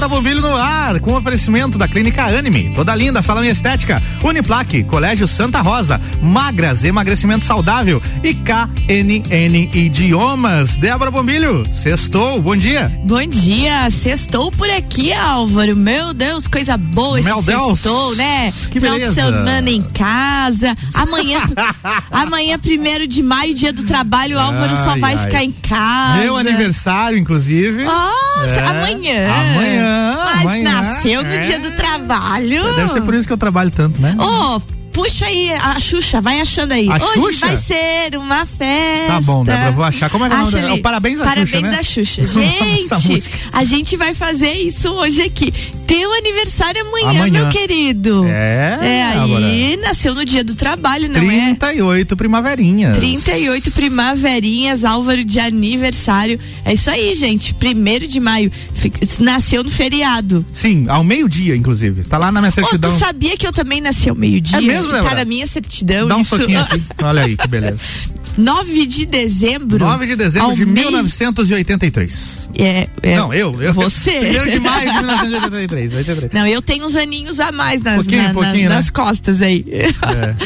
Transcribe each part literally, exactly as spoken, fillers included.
Débora Bombilho no ar, com oferecimento da Clínica Anime, Toda Linda, Salão e Estética, Uniplaque, Colégio Santa Rosa, Magras, Emagrecimento Saudável e K N N Idiomas. Débora Bombilho, sextou, bom dia. Bom dia, sextou por aqui, Álvaro. Meu Deus, coisa boa esse Meu Deus. sextou, né? Que Final beleza. de semana em casa. Amanhã, amanhã, primeiro de maio, dia do trabalho, o Álvaro Ai, só vai ai. ficar em casa. Meu aniversário, inclusive. Nossa, É. amanhã. Amanhã, Mas amanhã. nasceu no É. dia do trabalho. Deve ser por isso que eu trabalho tanto, né? Ô, puxa aí, a Xuxa, vai achando aí. A Hoje Xuxa? vai ser uma festa. Tá bom, Débora, vou achar. Como é que é o nome Acha dela? ali. É o Parabéns da Parabéns Xuxa, né? da Xuxa. Essa Gente, música. a gente vai fazer isso hoje aqui. Teu aniversário amanhã, Amanhã. meu querido. É, É, aí Débora. nasceu no dia do trabalho, não trinta e oito primaverinhas. é? trinta e oito primaverinhas, Álvaro de aniversário. É isso aí, gente. Primeiro de maio. Fic- Nasceu no feriado. Sim, ao meio-dia, inclusive. Tá lá na minha Ô, certidão. tu sabia que eu também nasci ao meio-dia? É mesmo, Tá Débora? na minha certidão. Dá um isso. soquinho aqui. Olha aí, que beleza. nove de dezembro. nove de dezembro ao de meio- mil novecentos e oitenta e três. É, é, Não, eu. eu Você. primeiro de maio de mil novecentos e oitenta e três. oitenta e três. Não, eu tenho uns aninhos a mais nas, Pouquinho, na- na- pouquinho, né? nas costas aí. É.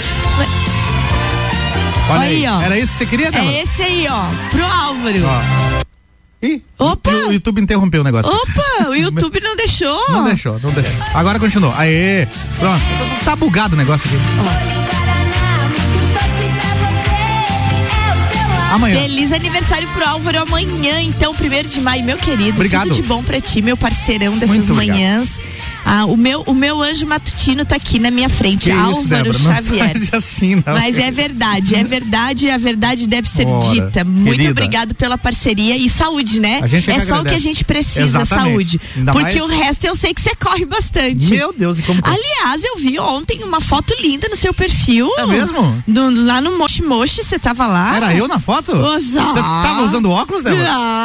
Olha aí, Aí, ó. Era isso que você queria, Débora? É esse aí, ó, pro Álvaro. Ó. Ih, Opa! o YouTube interrompeu o negócio. Opa, o YouTube não deixou. Não deixou, não deixou. Agora continua. Aê, pronto. Tá bugado o negócio aqui. Amanhã. Feliz aniversário pro Álvaro amanhã, então, primeiro de maio, meu querido. Obrigado. Tudo de bom pra ti, meu parceirão dessas Muito obrigado. manhãs. Ah, o meu, o meu anjo matutino tá aqui na minha frente, Que isso, Álvaro Débora, não Xavier. faz assim, não. Mas é verdade, é verdade e a verdade deve ser Ora, dita. Muito querida. obrigado pela parceria e saúde, né? A gente é é que só o que a agradece. gente precisa, Exatamente. saúde. Ainda Porque mais- o resto eu sei que você corre bastante. Meu Deus, e como que... Aliás, eu vi ontem uma foto linda no seu perfil. É mesmo? Do- lá no Moshi Moshi, você tava lá? Era eu na foto? Osa. Você tava usando óculos, Débora?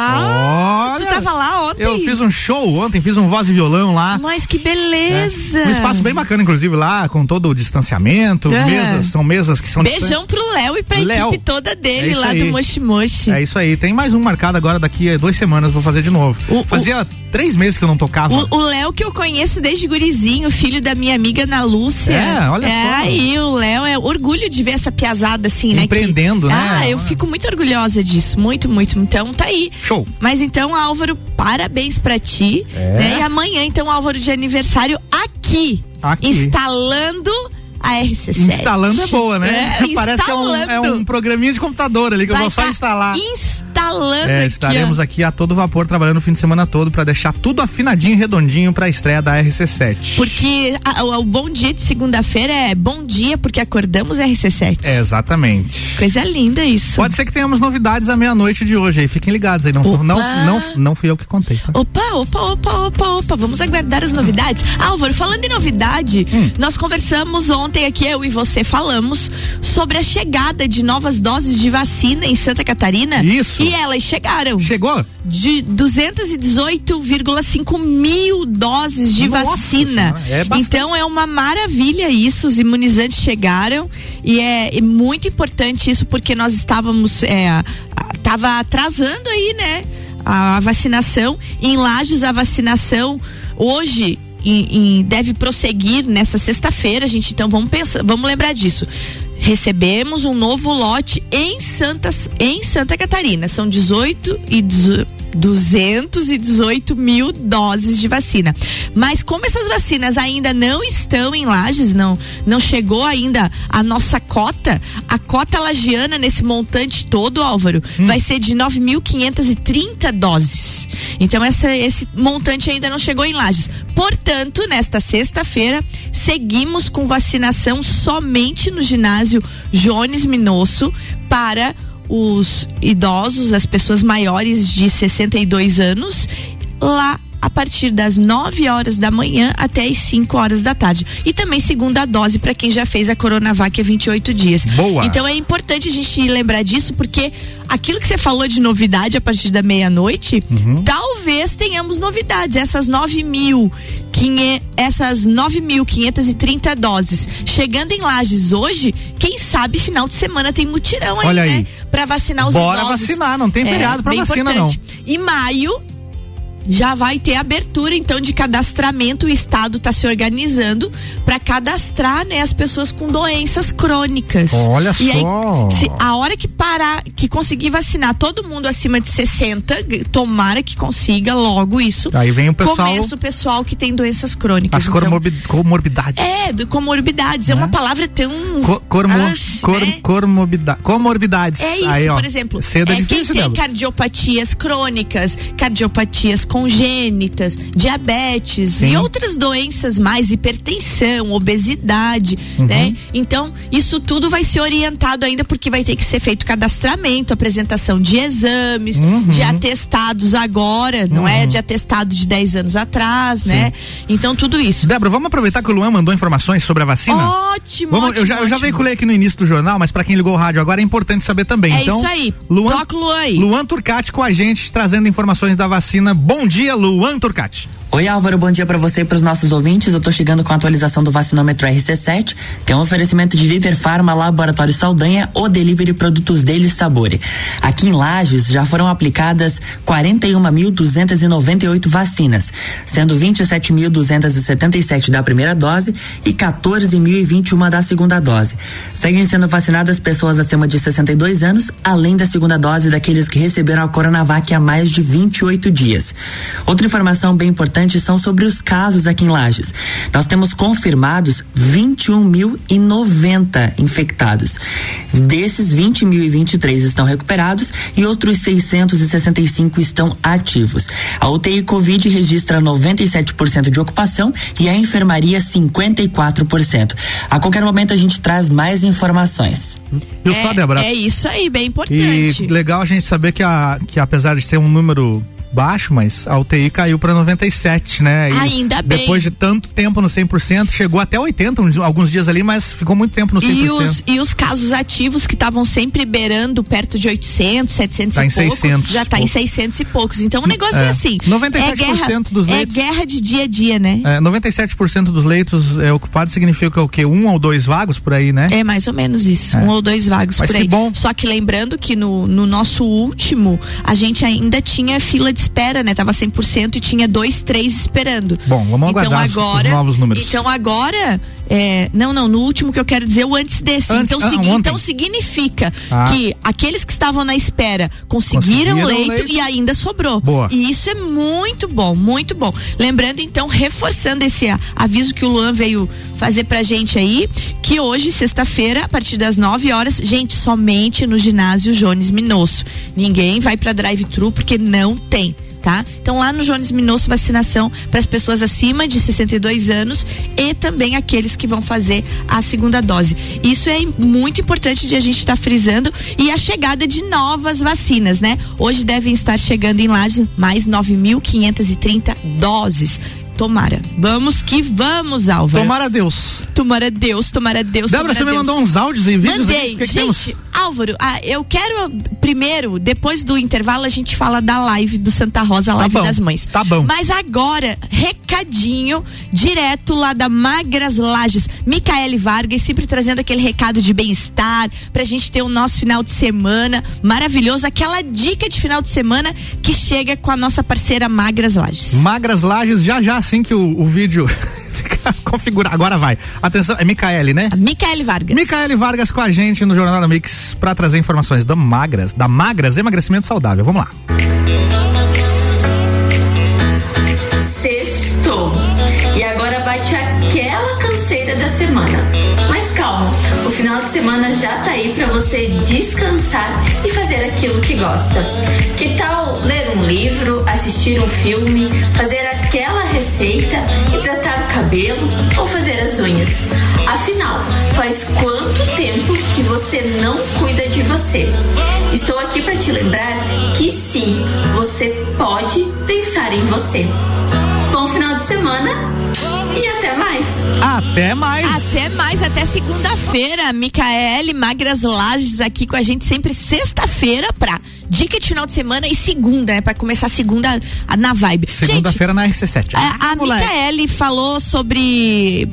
Ah, Olha, tu tava lá ontem? Eu fiz um show ontem, fiz um voz e violão lá. Mas que beleza. Um espaço bem bacana, inclusive, lá, com todo o distanciamento. É. Mesas, são mesas que são Beijão pro Léo e pra Léo. equipe toda É dele isso lá aí. do Moshi Moshi. É isso aí. Tem mais um marcado agora, daqui a duas semanas, vou fazer de novo. O- Fazia três meses que eu não tocava. O- O Léo que eu conheço desde gurizinho, filho da minha amiga Ana Lúcia. É, olha é, só. aí o Léo é orgulho de ver essa piazada assim, né? Empreendendo, que, né? Ah, eu fico muito orgulhosa disso, muito, muito. Então tá aí. Show. Mas então, Álvaro, parabéns pra ti. É. Né? E amanhã, então, Álvaro de aniversário aqui, Aqui. instalando a R C sete. Instalando é boa, né? É, Parece que é um, é um programinha de computador ali que eu Vai vou só tá instalar. Instalando É, aqui, estaremos ó. aqui a todo vapor trabalhando o fim de semana todo pra deixar tudo afinadinho e redondinho pra estreia da R C sete. Porque a- o, o bom dia de segunda-feira é bom dia porque acordamos R C sete. É, exatamente. Coisa linda isso. Pode ser que tenhamos novidades à meia-noite de hoje aí, fiquem ligados aí, não, Opa. não, não, não fui eu que contei, tá? Opa, opa, opa, opa, opa, vamos aguardar as novidades. Álvaro, falando em novidade, Hum. nós conversamos ontem aqui, eu e você falamos sobre a chegada de novas doses de vacina em Santa Catarina. Isso. E elas chegaram. Chegou? De duzentos e dezoito vírgula cinco mil doses de Nossa vacina. Senhora, é bastante. Então é uma maravilha isso, os imunizantes chegaram e é, é muito importante isso porque nós estávamos, é, a- tava atrasando aí, né, a, a vacinação. Em Lages a vacinação hoje em- em- deve prosseguir nessa sexta-feira, gente, então vamos pensar, vamos lembrar disso. Recebemos um novo lote em Santa, em Santa Catarina. São dezoito e duzentos e dezoito mil doses de vacina. Mas como essas vacinas ainda não estão em Lages, não, não chegou ainda a nossa cota, a cota lagiana nesse montante todo, Álvaro, Hum. vai ser de nove mil quinhentas e trinta doses. Então essa, esse montante ainda não chegou em Lages. Portanto, nesta sexta-feira, seguimos com vacinação somente no ginásio Jones Minosso para os idosos, as pessoas maiores de sessenta e dois anos, lá a partir das nove horas da manhã até as cinco horas da tarde. E também segunda dose para quem já fez a Coronavac há vinte e oito dias. Boa. Então é importante a gente lembrar disso, porque aquilo que você falou de novidade a partir da meia-noite, Uhum. talvez tenhamos novidades. Essas nove mil, essas nove mil quinhentas e trinta doses chegando em Lages hoje, quem sabe final de semana tem mutirão aí, Olha aí. né? Pra vacinar os Bora idosos. vacinar, não tem feriado pra bem vacina, importante. E maio já vai ter abertura então de cadastramento. O estado está se organizando para cadastrar, né, as pessoas com doenças crônicas. Olha e só. Aí, se, a hora que parar, que conseguir vacinar todo mundo acima de sessenta, tomara que consiga logo isso. Aí vem o pessoal. Começa o pessoal que tem doenças crônicas. As então, comorbidades. É, do comorbidades. É, é uma palavra tão. Co cormo, as, cor, né? comorbida, comorbidades. É isso, aí, ó, por exemplo. Cedo é, é difícil, quem tem dela. Cardiopatias crônicas, cardiopatias congênitas, diabetes Sim. e outras doenças mais, hipertensão, obesidade, uhum. né? Então, isso tudo vai ser orientado ainda porque vai ter que ser feito cadastramento, apresentação de exames, uhum. de atestados agora, não uhum. é de atestado de dez anos atrás, Sim. né? Então, tudo isso. Débora, vamos aproveitar que o Luan mandou informações sobre a vacina? Ótimo, vamos, ótimo, eu, já, ótimo. eu já veiculei aqui no início do jornal, mas para quem ligou o rádio agora é importante saber também. É então, isso aí. Luan, Toca o Luan aí. Luan Turcati com a gente, trazendo informações da vacina. Bom dia, Luan Turcati. Oi, Álvaro, bom dia para você e para os nossos ouvintes. Eu tô chegando com a atualização do vacinômetro R C sete, que é um oferecimento de Líder Farma, Laboratório Saldanha, o Delivery Produtos Deles Sabore. Aqui em Lages já foram aplicadas quarenta e uma mil duzentas e noventa e oito vacinas, sendo vinte e sete mil duzentas e setenta e sete da primeira dose e quatorze mil e vinte e uma da segunda dose. Seguem sendo vacinadas pessoas acima de sessenta e dois anos, além da segunda dose daqueles que receberam a Coronavac há mais de vinte e oito dias. Outra informação bem importante são sobre os casos aqui em Lages. Nós temos confirmados vinte e um mil e noventa infectados. Desses, vinte mil e vinte e três estão recuperados e outros seiscentos e sessenta e cinco estão ativos. A U T I Covid registra noventa e sete por cento de ocupação e a enfermaria cinquenta e quatro por cento. A qualquer momento a gente traz mais informações. Eu é, só, Débora. É isso aí, bem importante. E legal a gente saber que, a, que apesar de ser um número baixo, mas a U T I caiu para noventa e sete, né? E ainda bem. Depois de tanto tempo no cem por cento, chegou até oitenta uns, alguns dias ali, mas ficou muito tempo no cem por cento. E os, e os casos ativos que estavam sempre beirando perto de oitocentos, setecentos tá e em pouco, seiscentos, já tá pouco. em seiscentos e poucos. Então o negócio é, é assim. noventa e sete por cento é guerra, dos leitos. É guerra de dia a dia, né? É, noventa e sete por cento dos leitos é, ocupados significa o quê? Um ou dois vagos por aí, né? É mais ou menos isso. É. Um ou dois vagos mas por aí. Que bom. Só que lembrando que no, no nosso último, a gente ainda tinha fila de espera, né? Tava cem por cento e tinha dois, três esperando. Bom, vamos então, aguardar agora, os novos números. Então agora, é, não, não, no último que eu quero dizer, o antes desse. Antes, então, ah, segui, ontem. então significa ah. que aqueles que estavam na espera conseguiram, conseguiram leito, leito e ainda sobrou. Boa. E isso é muito bom, muito bom. Lembrando então, reforçando esse aviso que o Luan veio fazer pra gente aí, que hoje, sexta-feira, a partir das nove horas, gente, somente no ginásio Jones Minosso. Ninguém vai pra drive-thru porque não tem. Tá? Então lá no Jones Minosso, vacinação para as pessoas acima de sessenta e dois anos e também aqueles que vão fazer a segunda dose. Isso é muito importante de a gente estar tá frisando, e a chegada de novas vacinas, né? Hoje devem estar chegando em Lages mais nove mil quinhentas e trinta doses. Tomara. Vamos que vamos, Álvaro. Tomara Deus. Tomara Deus, tomara Deus. Débora, você Deus. me mandou uns áudios e vídeos? Mandei. Que que gente, temos? Álvaro, ah, eu quero primeiro, depois do intervalo, a gente fala da live do Santa Rosa, a live tá bom, das mães. Tá bom. Mas agora, recadinho direto lá da Magras Lages. Micaele Vargas, sempre trazendo aquele recado de bem-estar, pra gente ter o nosso final de semana maravilhoso, aquela dica de final de semana que chega com a nossa parceira Magras Lages. Magras Lages, já já assim que o, o vídeo fica configurado. Agora vai. Atenção, é Micaele, né? A Micaele Vargas. Micaele Vargas com a gente no Jornal da Mix pra trazer informações da Magras, da Magras Emagrecimento Saudável. Vamos lá. Sextou. E agora bate aquela canseira da semana. Mas calma, o final de semana já tá aí pra você descansar e fazer aquilo que gosta. Que tal ler um livro, assistir um filme, fazer aquela receita e tratar o cabelo ou fazer as unhas? Afinal, faz quanto tempo que você não cuida de você? Estou aqui para te lembrar que sim, você pode pensar em você. Bom final de semana e até mais. Até mais. Até mais, até segunda-feira. Micaele Magras Lages aqui com a gente sempre sexta-feira pra dica de final de semana e segunda, é, né, pra começar a segunda a, na vibe. Segunda-feira na R C sete. Ah, a a Micaele falou sobre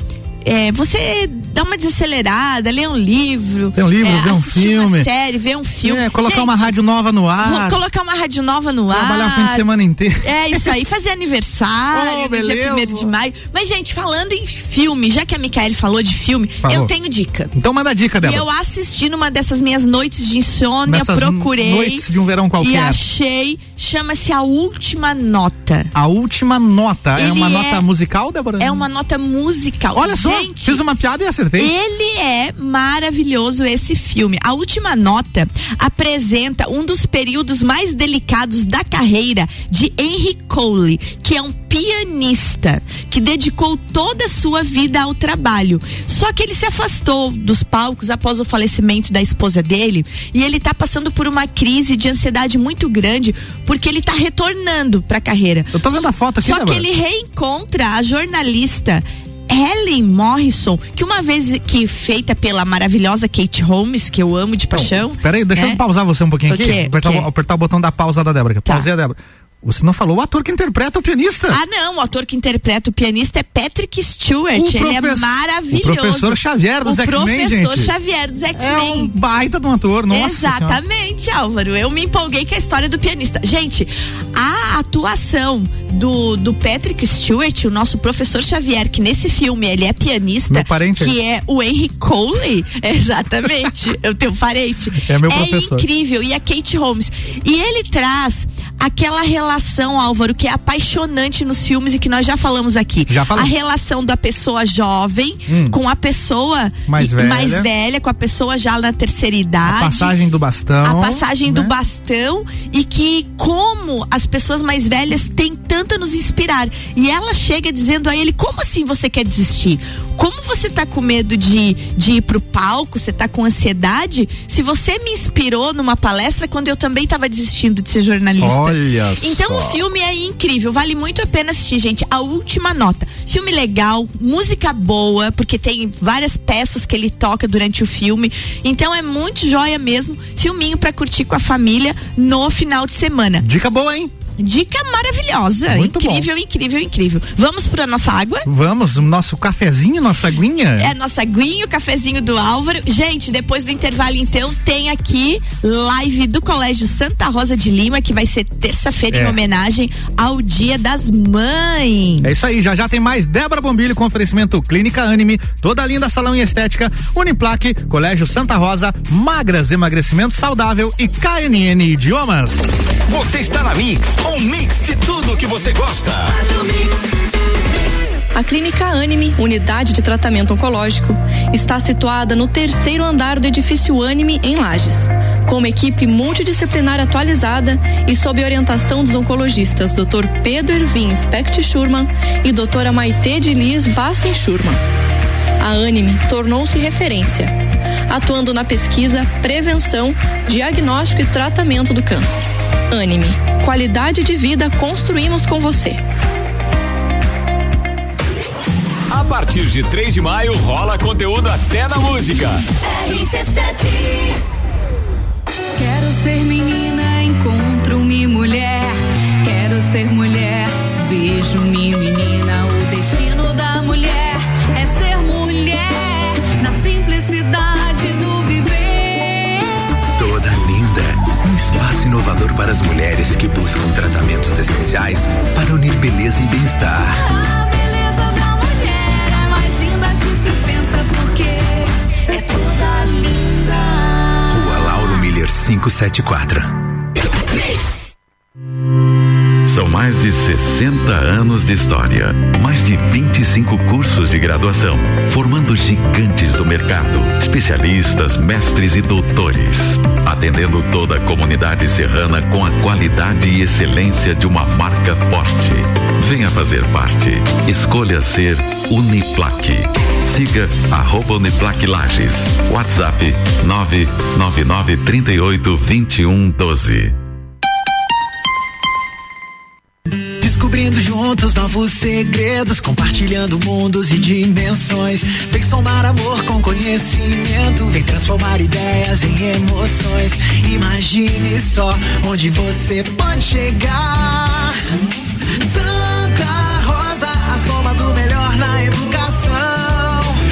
é, você dá uma desacelerada, lê um livro. Lê um livro, é, vê um filme. Uma série, vê um filme. É, colocar Gente, uma rádio nova no ar. Colocar uma rádio nova no ar. Trabalhar o fim de semana inteiro. É, isso aí, fazer aniversário oh, no dia primeiro de maio. Mas, gente, falando em filme, já que a Micaele falou de filme, falou. Eu tenho dica. Então manda a dica dela. E eu assisti numa dessas minhas noites de insônia, Nessas procurei. noites de um verão qualquer. E achei, chama-se A Última Nota. A Última Nota. Ele é uma é, nota musical, Débora? É uma nota musical. Olha gente, só, fiz uma piada e acertei. Ele é maravilhoso, esse filme. A Última Nota apresenta um dos períodos mais delicados da carreira de Henry Cole, que é um pianista que dedicou toda a sua vida ao trabalho. Só que ele se afastou dos palcos após o falecimento da esposa dele e ele tá passando por uma crise de ansiedade muito grande porque ele tá retornando pra carreira. Eu tô vendo a foto aqui, Só Débora. que ele reencontra a jornalista Helen Morrison, que uma vez que feita pela maravilhosa Kate Holmes, que eu amo de paixão. Oh, peraí, deixa né? eu pausar você um pouquinho o aqui. Quê? Apertar, o, apertar o botão da pausa da Débora. Tá. Pausei a Débora. Você não falou o ator que interpreta o pianista. Ah, não, o ator que interpreta o pianista é Patrick Stewart. O ele profe... é maravilhoso. O professor Xavier dos X-Men, gente. O professor Xavier dos X-Men. É um baita de um ator, nossa Exatamente, senhora. Álvaro. Eu me empolguei com a história do pianista. Gente, a atuação do, do Patrick Stewart, o nosso professor Xavier, que nesse filme ele é pianista, meu parente. Que é o Henry Cole. Exatamente. Eu tenho parente. É meu é professor. É incrível. E a Kate Holmes. E ele traz aquela relação, Álvaro, que é apaixonante nos filmes e que nós já falamos aqui. Já falamos. A relação da pessoa jovem hum. com a pessoa mais velha. mais velha, com a pessoa já na terceira idade. A passagem do bastão. A passagem né? do bastão e que como as pessoas mais velhas têm tanto a nos inspirar. E ela chega dizendo a ele, como assim você quer desistir? Como você tá com medo de, de ir pro palco, você tá com ansiedade? Se você me inspirou numa palestra quando eu também tava desistindo de ser jornalista. Olha então só. O filme é incrível, vale muito a pena assistir, gente. A Última Nota. Filme legal, música boa, porque tem várias peças que ele toca durante o filme. Então é muito joia mesmo. Filminho pra curtir com a família no final de semana. Dica boa, hein? Dica maravilhosa. Muito incrível, bom. incrível, incrível. Vamos pra nossa água? Vamos, nosso cafezinho, nossa aguinha. É, nossa aguinha, o cafezinho do Álvaro. Gente, depois do intervalo, então, tem aqui live do Colégio Santa Rosa de Lima, que vai ser terça-feira, é. em homenagem ao Dia das Mães. É isso aí, já já tem mais Débora Bombilho com oferecimento Clínica Anime, toda linda salão e estética, Uniplaque, Colégio Santa Rosa, Magras Emagrecimento Saudável e K N N Idiomas. Você está na Mix, um mix de tudo que você gosta. A Clínica Anime, unidade de tratamento oncológico, está situada no terceiro andar do edifício Anime, em Lages. Com uma equipe multidisciplinar atualizada e sob orientação dos oncologistas doutor Pedro Ervin Specht Schurman e doutora Maite de Liz Vassen Schurman. A Anime tornou-se referência, atuando na pesquisa, prevenção, diagnóstico e tratamento do câncer. Anime, qualidade de vida construímos com você. A partir de três de maio rola conteúdo até na música. R C sete. Quero ser menina, encontro-me mulher. Quero ser mulher, vejo-me menina. O destino da mulher é ser mulher, na simplicidade do viver. Toda linda. Um espaço inovador para as mulheres que buscam tratamentos essenciais para unir beleza e bem-estar. A beleza da mulher é mais linda que se pensa porque é toda linda. Rua Lauro Miller quinhentos e setenta e quatro. São mais de sessenta anos de história, mais de vinte e cinco cursos de graduação, formando gigantes do mercado, especialistas, mestres e doutores, atendendo toda a comunidade serrana com a qualidade e excelência de uma marca forte. Venha fazer parte. Escolha ser Uniplaque. Siga arroba Uniplaque Lages. WhatsApp nove nove nove, três oito, dois um um doze. Descobrindo juntos novos segredos, compartilhando mundos e dimensões. Vem somar amor com conhecimento, vem transformar ideias em emoções. Imagine só onde você pode chegar. Santa Rosa, a soma do melhor na educação.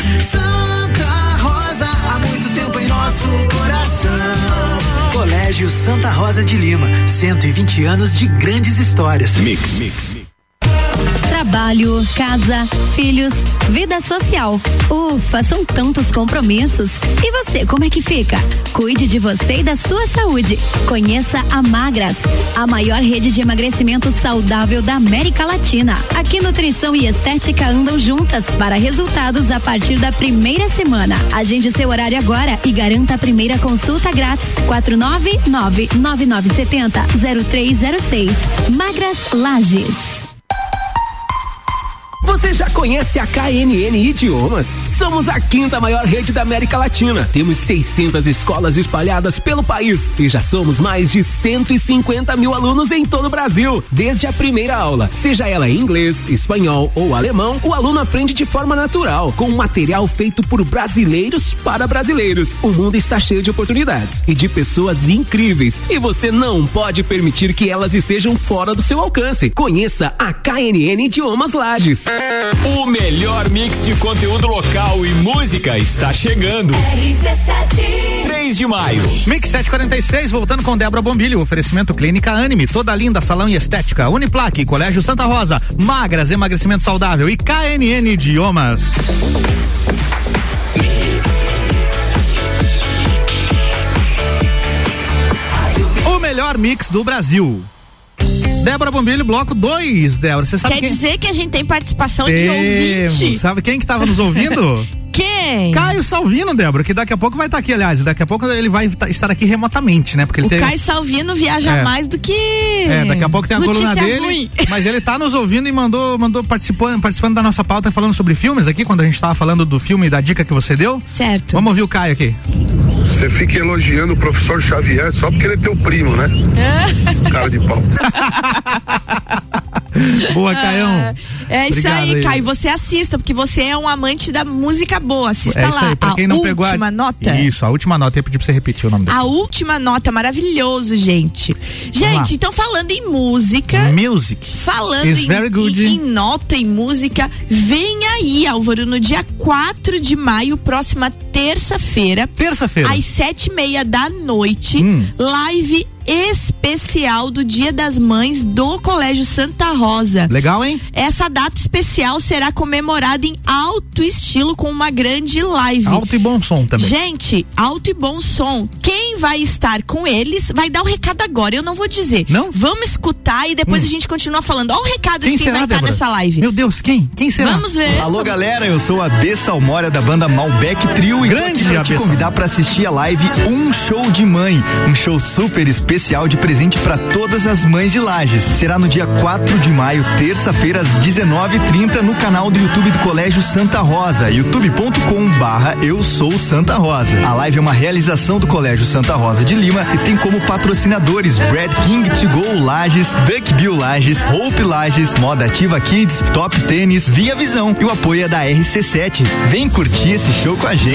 Colégio Santa Rosa de Lima, cento e vinte anos de grandes histórias. Mix, mix. Trabalho, casa, filhos, vida social. Ufa, são tantos compromissos. E você, como é que fica? Cuide de você e da sua saúde. Conheça a Magras, a maior rede de emagrecimento saudável da América Latina. Aqui nutrição e estética andam juntas para resultados a partir da primeira semana. Agende seu horário agora e garanta a primeira consulta grátis. quatro nove nove, nove nove sete zero, zero três zero seis. Magras Lages. Você já conhece a K N N Idiomas? Somos a quinta maior rede da América Latina. Temos seiscentas escolas espalhadas pelo país e já somos mais de cento e cinquenta mil alunos em todo o Brasil. Desde a primeira aula, seja ela em inglês, espanhol ou alemão, o aluno aprende de forma natural, com um material feito por brasileiros para brasileiros. O mundo está cheio de oportunidades e de pessoas incríveis e você não pode permitir que elas estejam fora do seu alcance. Conheça a K N N Idiomas Lages. O melhor mix de conteúdo local e música está chegando. R C sete. três de maio. Mix sete quarenta e seis, voltando com Débora Bombilho. Oferecimento Clínica Anime, toda linda, salão e estética. Uniplaque, Colégio Santa Rosa, Magras, emagrecimento saudável e K N N Idiomas. O melhor mix do Brasil. Débora Bombilho, bloco dois, Débora. Você sabe Quer quem... dizer que a gente tem participação Temos. de ouvinte? Sabe quem que tava nos ouvindo? Quem? Caio Salvino, Débora, que daqui a pouco vai estar aqui, aliás, daqui a pouco ele vai estar aqui remotamente, né? Porque ele o tem... Caio Salvino viaja É. mais do que... É, daqui a pouco tem a notícia coluna dele, ruim. mas ele tá nos ouvindo e mandou, mandou participando, participando da nossa pauta, falando sobre filmes aqui, quando a gente tava falando do filme e da dica que você deu. Certo. Vamos ouvir o Caio aqui. Você fica elogiando o professor Xavier só porque ele é teu primo, né? Cara de pau. Boa, Caião. É isso Obrigado aí, aí. Caio. Você assista, porque você é um amante da música boa. Assista É isso lá. aí, pra quem a não última pegou a... nota. Isso, a última nota. Eu pedi pra você repetir o nome dele. A última nota, maravilhoso, gente. Gente, então falando em música. Music. Falando Is em, very good. em, em nota e música, vem aí, Álvaro, no dia quatro de maio, próxima terça-feira. Terça-feira. Às sete e meia da noite, Hum. live especial do Dia das Mães do Colégio Santa Rosa. Legal, hein? Essa data especial será comemorada em alto estilo com uma grande live. Alto e bom som também. Gente, alto e bom som. Quem vai estar com eles vai dar o recado agora. Eu não vou dizer. Não? Vamos escutar e depois Hum. a gente continua falando. Olha o recado Quem de quem será, vai estar Débora? nessa live. Meu Deus, quem? Quem será? Vamos ver. Alô, galera, eu sou a B Salmória da banda Malbec Trio e tô Grande aqui pra A te B convidar pra assistir a live Um Show de Mãe, um show super especial de presente pra todas as mães de Lages. Será no dia quatro de maio, terça-feira, às dezenove e trinta, no canal do YouTube do Colégio Santa Rosa, youtube ponto com barra eu sou Santa Rosa. A live é uma realização do Colégio Santa Rosa de Lima e tem como patrocinadores Brad King To Go Lages, Duck Bill Lages, Hope Lages, Moda Ativa Kids, Top Tênis, Via Visão e o apoio é da R C sete. Vem curtir esse show com a gente.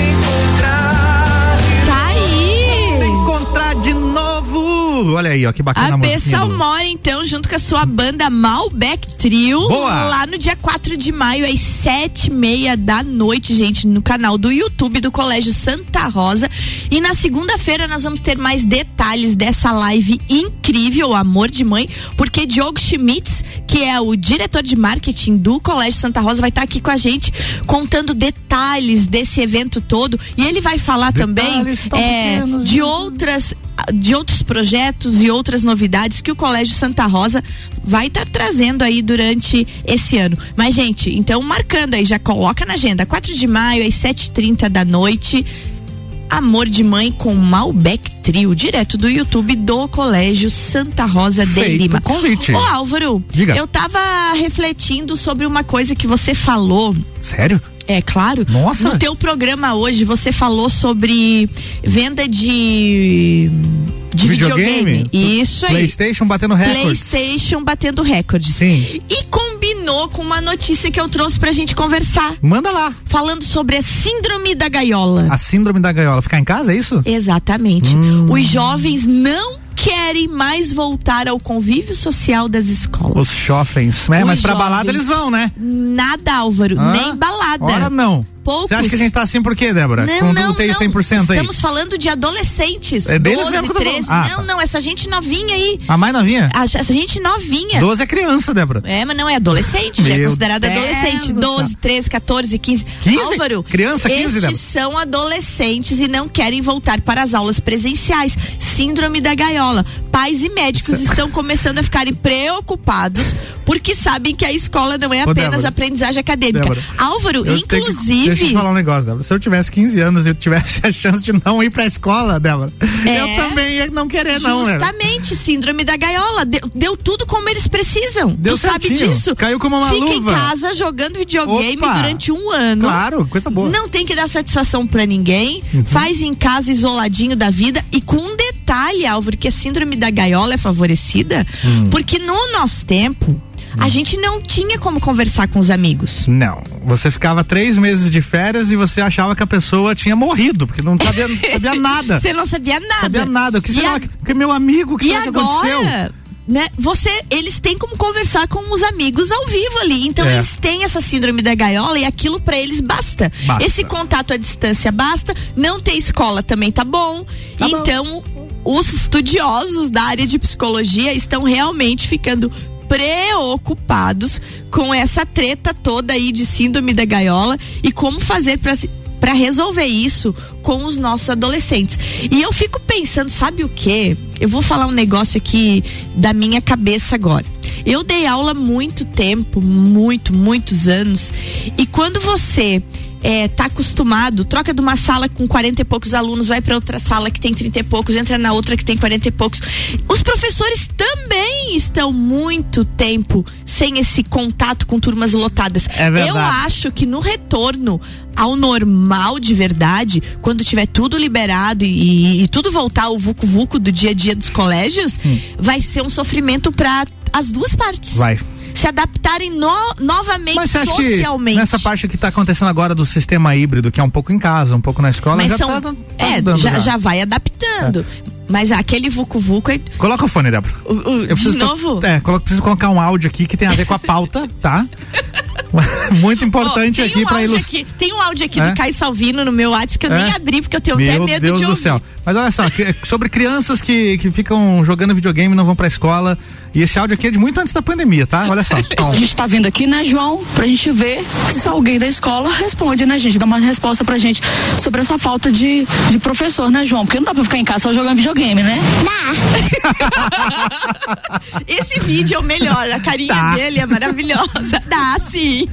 Tá aí. Se encontrar de novo. Olha aí, ó, que bacana A a B musiquinha do- Salmória, então, junto com a sua banda Malbec Trio, Boa. lá no dia quatro de maio, às sete e meia da noite, gente, no canal do YouTube do Colégio Santa Rosa. E na segunda-feira nós vamos ter mais detalhes dessa live incrível, Amor de Mãe, porque Diogo Schmitz, que é o diretor de marketing do Colégio Santa Rosa, vai estar aqui com a gente contando detalhes desse evento todo. E ele vai falar também tão é, pequenos, de né? outras de outros projetos e outras novidades que o Colégio Santa Rosa vai estar tá trazendo aí durante esse ano. Mas, gente, então marcando aí, já coloca na agenda, quatro de maio, às sete e trinta da noite, Amor de Mãe com Malbec Trio, direto do YouTube do Colégio Santa Rosa de Feito Lima. convite. Ô, Álvaro, Diga. eu tava refletindo sobre uma coisa que você falou. Sério? É claro. Nossa. No teu programa hoje você falou sobre venda de de videogame. Isso aí. PlayStation batendo recordes. PlayStation batendo recordes. Sim. E combinou com uma notícia que eu trouxe pra gente conversar. Manda lá. Falando sobre a síndrome da gaiola. A síndrome da gaiola. Ficar em casa, é isso? Exatamente. Hum. Os jovens não querem mais voltar ao convívio social das escolas. Os jovens. É, mas Os pra balada jovens. eles vão, né? Nada, Álvaro. Ah? Nem balada. nada. Ora não. Poucos. Você acha que a gente tá assim por quê, Débora? Não, Com não, o T I não. cem por cento aí. Estamos falando de adolescentes. É deles doze, mesmo que eu tô treze. falando. Ah, não, tá. não, essa gente novinha aí. A mais novinha? A- Essa gente novinha. doze é criança, Débora. É, mas não é adolescente, já é Meu considerada Deus adolescente. do doze, céu. treze, catorze, quinze. quinze? Álvaro, Criança, quinze, estes Débora? são adolescentes e não querem voltar para as aulas presenciais. Síndrome da gaiola. Pais e médicos estão começando a ficarem preocupados porque sabem que a escola não é Ô, apenas Débora. aprendizagem acadêmica. Débora, Álvaro, eu tenho que- inclusive... deixa eu te falar um negócio, Débora. Se eu tivesse quinze anos e eu tivesse a chance de não ir pra escola, Débora, É, eu também ia não querer, não, né? Justamente, síndrome da gaiola. Deu, deu tudo como eles precisam. Deu tu sabe certinho. disso. Caiu como uma Fica luva. em casa jogando videogame Opa. durante um ano. Claro, coisa boa. Não tem que dar satisfação pra ninguém. Uhum. Faz em casa isoladinho da vida. E com um detalhe, Álvaro, que a síndrome da gaiola é favorecida, Hum. porque no nosso tempo, a gente não tinha como conversar com os amigos. Não, você ficava três meses de férias e você achava que a pessoa tinha morrido, porque não sabia, não sabia nada. Você não sabia nada. Sabia nada. O que E será a- que, que meu amigo, o que E será que aconteceu? agora, né, você, eles têm como conversar com os amigos ao vivo ali. Então É. eles têm essa síndrome da gaiola e aquilo pra eles basta. Basta. Esse contato à distância basta. Não ter escola também tá bom. Tá bom. Então, os estudiosos da área de psicologia estão realmente ficando preocupados com essa treta toda aí de síndrome da gaiola e como fazer pra se- pra resolver isso com os nossos adolescentes. E eu fico pensando, sabe o quê? Eu vou falar um negócio aqui da minha cabeça agora. Eu dei aula há muito tempo, muito, muitos anos, e quando você é, tá acostumado, troca de uma sala com quarenta e poucos alunos, vai para outra sala que tem trinta e poucos, entra na outra que tem quarenta e poucos. Os professores também estão muito tempo sem esse contato com turmas lotadas. É verdade. Eu acho que no retorno ao normal de verdade, quando tiver tudo liberado e, e- e tudo voltar ao vucu-vucu do dia a dia dos colégios, vai ser um sofrimento para as duas partes. Vai. Se adaptarem no- novamente Mas você acha socialmente. que nessa parte que tá acontecendo agora do sistema híbrido, que é um pouco em casa, um pouco na escola, Mas já são, tá, tá é, dando já, já vai adaptando. Mas aquele vucu-vucu é. Coloca o fone, Débora. O- o- Eu de preciso to- novo? É, colo- preciso colocar um áudio aqui que tem a ver com a pauta, tá? Muito importante Ó, tem aqui um pra áudio ilustrar. aqui, Tem um áudio aqui É? do Caio Salvino no meu WhatsApp que eu nem É? abri porque eu tenho até Meu medo Deus de do ouvir. céu. Mas olha só, que- sobre crianças que, que ficam jogando videogame e não vão pra escola. E esse áudio aqui é de muito antes da pandemia, tá? Olha só. A gente tá vindo aqui, né, João, pra gente ver se alguém da escola responde, né, gente? Dá uma resposta pra gente sobre essa falta de, de professor, né, João? Porque não dá pra ficar em casa só jogando videogame, né? Esse vídeo é o melhor, a carinha Tá. dele é maravilhosa. Dá, sim.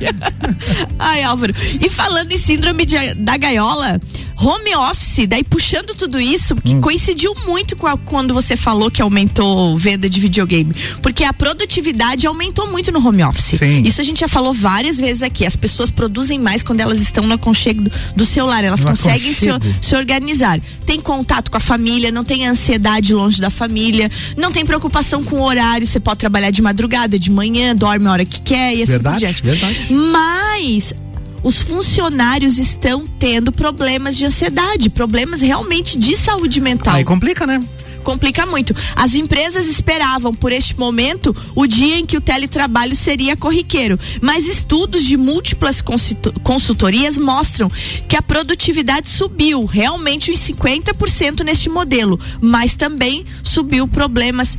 Ai, Álvaro. E falando em síndrome de- da gaiola, home office, daí puxando tudo isso, que Hum. coincidiu muito com a- quando você falou que aumentou venda de videogame. Porque a produtividade aumentou muito no home office. Sim. Isso a gente já falou várias vezes aqui. As pessoas produzem mais quando elas estão no aconchego do, do celular. Elas No conseguem se, aconchego. se organizar. Tem contato com a família, não tem ansiedade longe da família, não tem preocupação com o horário. Você pode trabalhar de madrugada, de manhã, dorme a hora que quer e assim Verdade, por diante. verdade. Mas os funcionários estão tendo problemas de ansiedade, problemas realmente de saúde mental. Aí complica, né? Complica muito. As empresas esperavam por este momento o dia em que o teletrabalho seria corriqueiro, mas estudos de múltiplas consulto- consultorias mostram que a produtividade subiu realmente uns cinquenta por cento neste modelo, mas também subiu problemas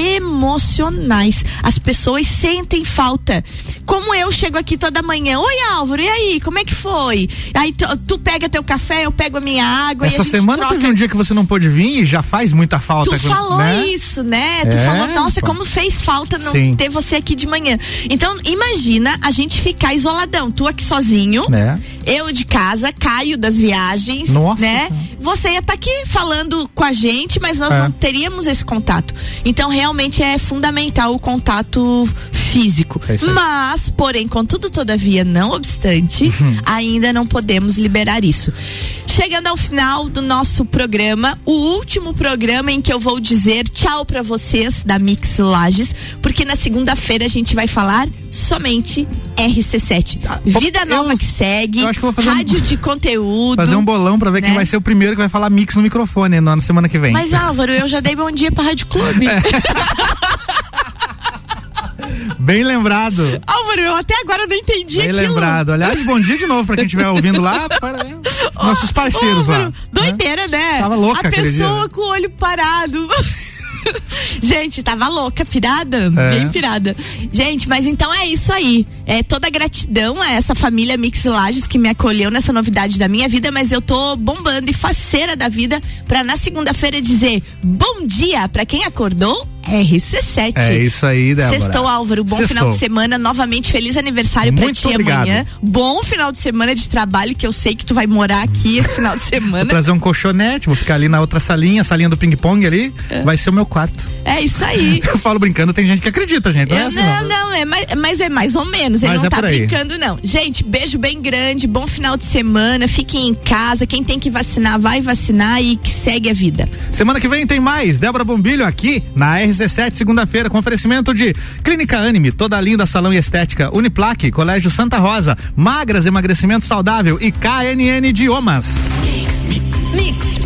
emocionais. As pessoas sentem falta. Como eu chego aqui toda manhã, oi Álvaro, e aí, como é que foi? Aí tu, tu pega teu café, eu pego a minha água e a Essa gente semana troca. teve um dia que você não pôde vir e já faz muita falta. Tu falou né? isso, né? Tu É, falou, nossa, pô. como fez falta não Sim. ter você aqui de manhã. Então, imagina a gente ficar isoladão. Tu aqui sozinho, Né? eu de casa, Caio das viagens, Nossa né? Senhora. Você ia estar aqui falando com a gente, mas nós É. não teríamos esse contato. Então, realmente é fundamental o contato físico. É isso aí. Mas, porém, contudo, todavia, não obstante, Uhum. ainda não podemos liberar isso. Chegando ao final do nosso programa, o último programa em que eu vou dizer tchau pra vocês da Mix Lages, porque na segunda-feira a gente vai falar somente R C sete. Vida nova que segue, eu acho que eu vou fazer um- rádio de conteúdo. Fazer um bolão pra ver quem né? vai ser o primeiro que vai falar mix no microfone na semana que vem. Mas Álvaro, eu já dei bom dia pra Rádio Clube. Bem lembrado. Álvaro, eu até agora não entendi Bem aquilo. lembrado. Aliás, bom dia de novo pra quem estiver ouvindo lá, para nossos parceiros Álvaro, lá. doideira, né? Tava louca A aquele pessoa dia. com o olho parado. Gente, tava louca, pirada, É. bem pirada. Gente, mas então é isso aí. É toda gratidão a essa família Mix Lages que me acolheu nessa novidade da minha vida, mas eu tô bombando e faceira da vida pra na segunda-feira dizer bom dia pra quem acordou. R C sete. É isso aí, Débora. Sextou, Álvaro. Bom Sextou. final de semana. Novamente, feliz aniversário pra Muito ti obrigado. amanhã. Bom final de semana de trabalho, que eu sei que tu vai morar aqui esse final de Vou semana. trazer um colchonete, vou ficar ali na outra salinha, a salinha do ping-pong ali, vai ser o meu quarto. É isso aí. Eu falo brincando, tem gente que acredita, gente. Não é Eu, assim, não, não. não, é mais, mas é mais ou menos. Ele Mas não é tá por aí. brincando, não. Gente, beijo bem grande, bom final de semana. Fiquem em casa. Quem tem que vacinar, vai vacinar e que segue a vida. Semana que vem tem mais. Débora Bombilho aqui na R C sete, segunda-feira, com oferecimento de Clínica Anime, toda linda salão e estética, Uniplaque, Colégio Santa Rosa, Magras, emagrecimento saudável e K N N Idiomas. Mix.